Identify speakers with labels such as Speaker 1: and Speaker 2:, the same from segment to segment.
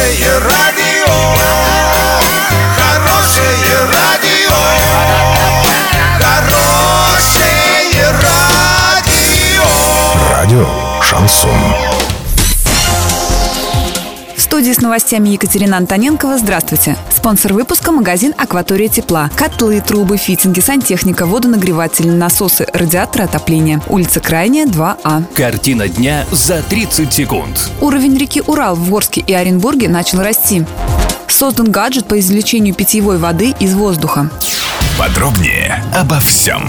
Speaker 1: Хорошее радио, хорошее радио, хорошее радио.
Speaker 2: Радио «Шансон».
Speaker 3: В студии с новостями Екатерина Антоненкова. Здравствуйте. Спонсор выпуска – магазин «Акватория тепла». Котлы, трубы, фитинги, сантехника, водонагреватели, насосы, радиаторы отопления. Улица Крайняя, 2А.
Speaker 4: Картина дня за 30 секунд.
Speaker 3: Уровень реки Урал в Орске и Оренбурге начал расти. Создан гаджет по извлечению питьевой воды из воздуха.
Speaker 2: Подробнее обо всем.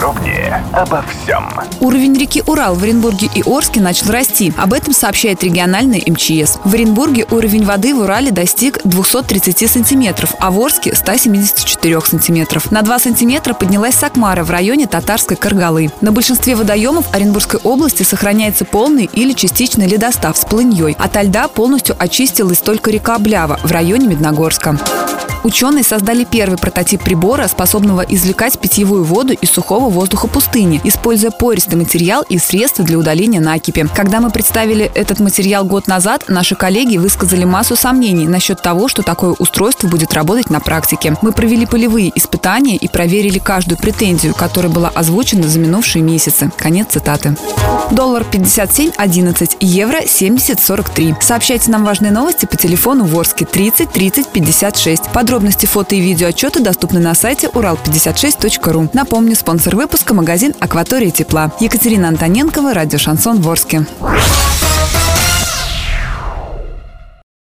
Speaker 3: Уровень реки Урал в Оренбурге и Орске начал расти. Об этом сообщает региональный МЧС. В Оренбурге уровень воды в Урале достиг 230 сантиметров, а в Орске – 174 сантиметров. На 2 сантиметра поднялась Сакмара в районе Татарской Каргалы. На большинстве водоемов Оренбургской области сохраняется полный или частичный ледостав с полыньей. Ото льда полностью очистилась только река Блява в районе Медногорска. Ученые создали первый прототип прибора, способного извлекать питьевую воду из сухого воздуха пустыни, используя пористый материал и средства для удаления накипи. Когда мы представили этот материал год назад, наши коллеги высказали массу сомнений насчет того, что такое устройство будет работать на практике. Мы провели полевые испытания и проверили каждую претензию, которая была озвучена за минувшие месяцы. Конец цитаты. Доллар 57.11, евро 70.43. Сообщайте нам важные новости по телефону в Орске 30 30 56. Подробности, фото и видео отчеты доступны на сайте урал56.ру. Напомню, спонсор выпуска – магазин «Акватория тепла». Екатерина Антоненкова, радио «Шансон» в Орске.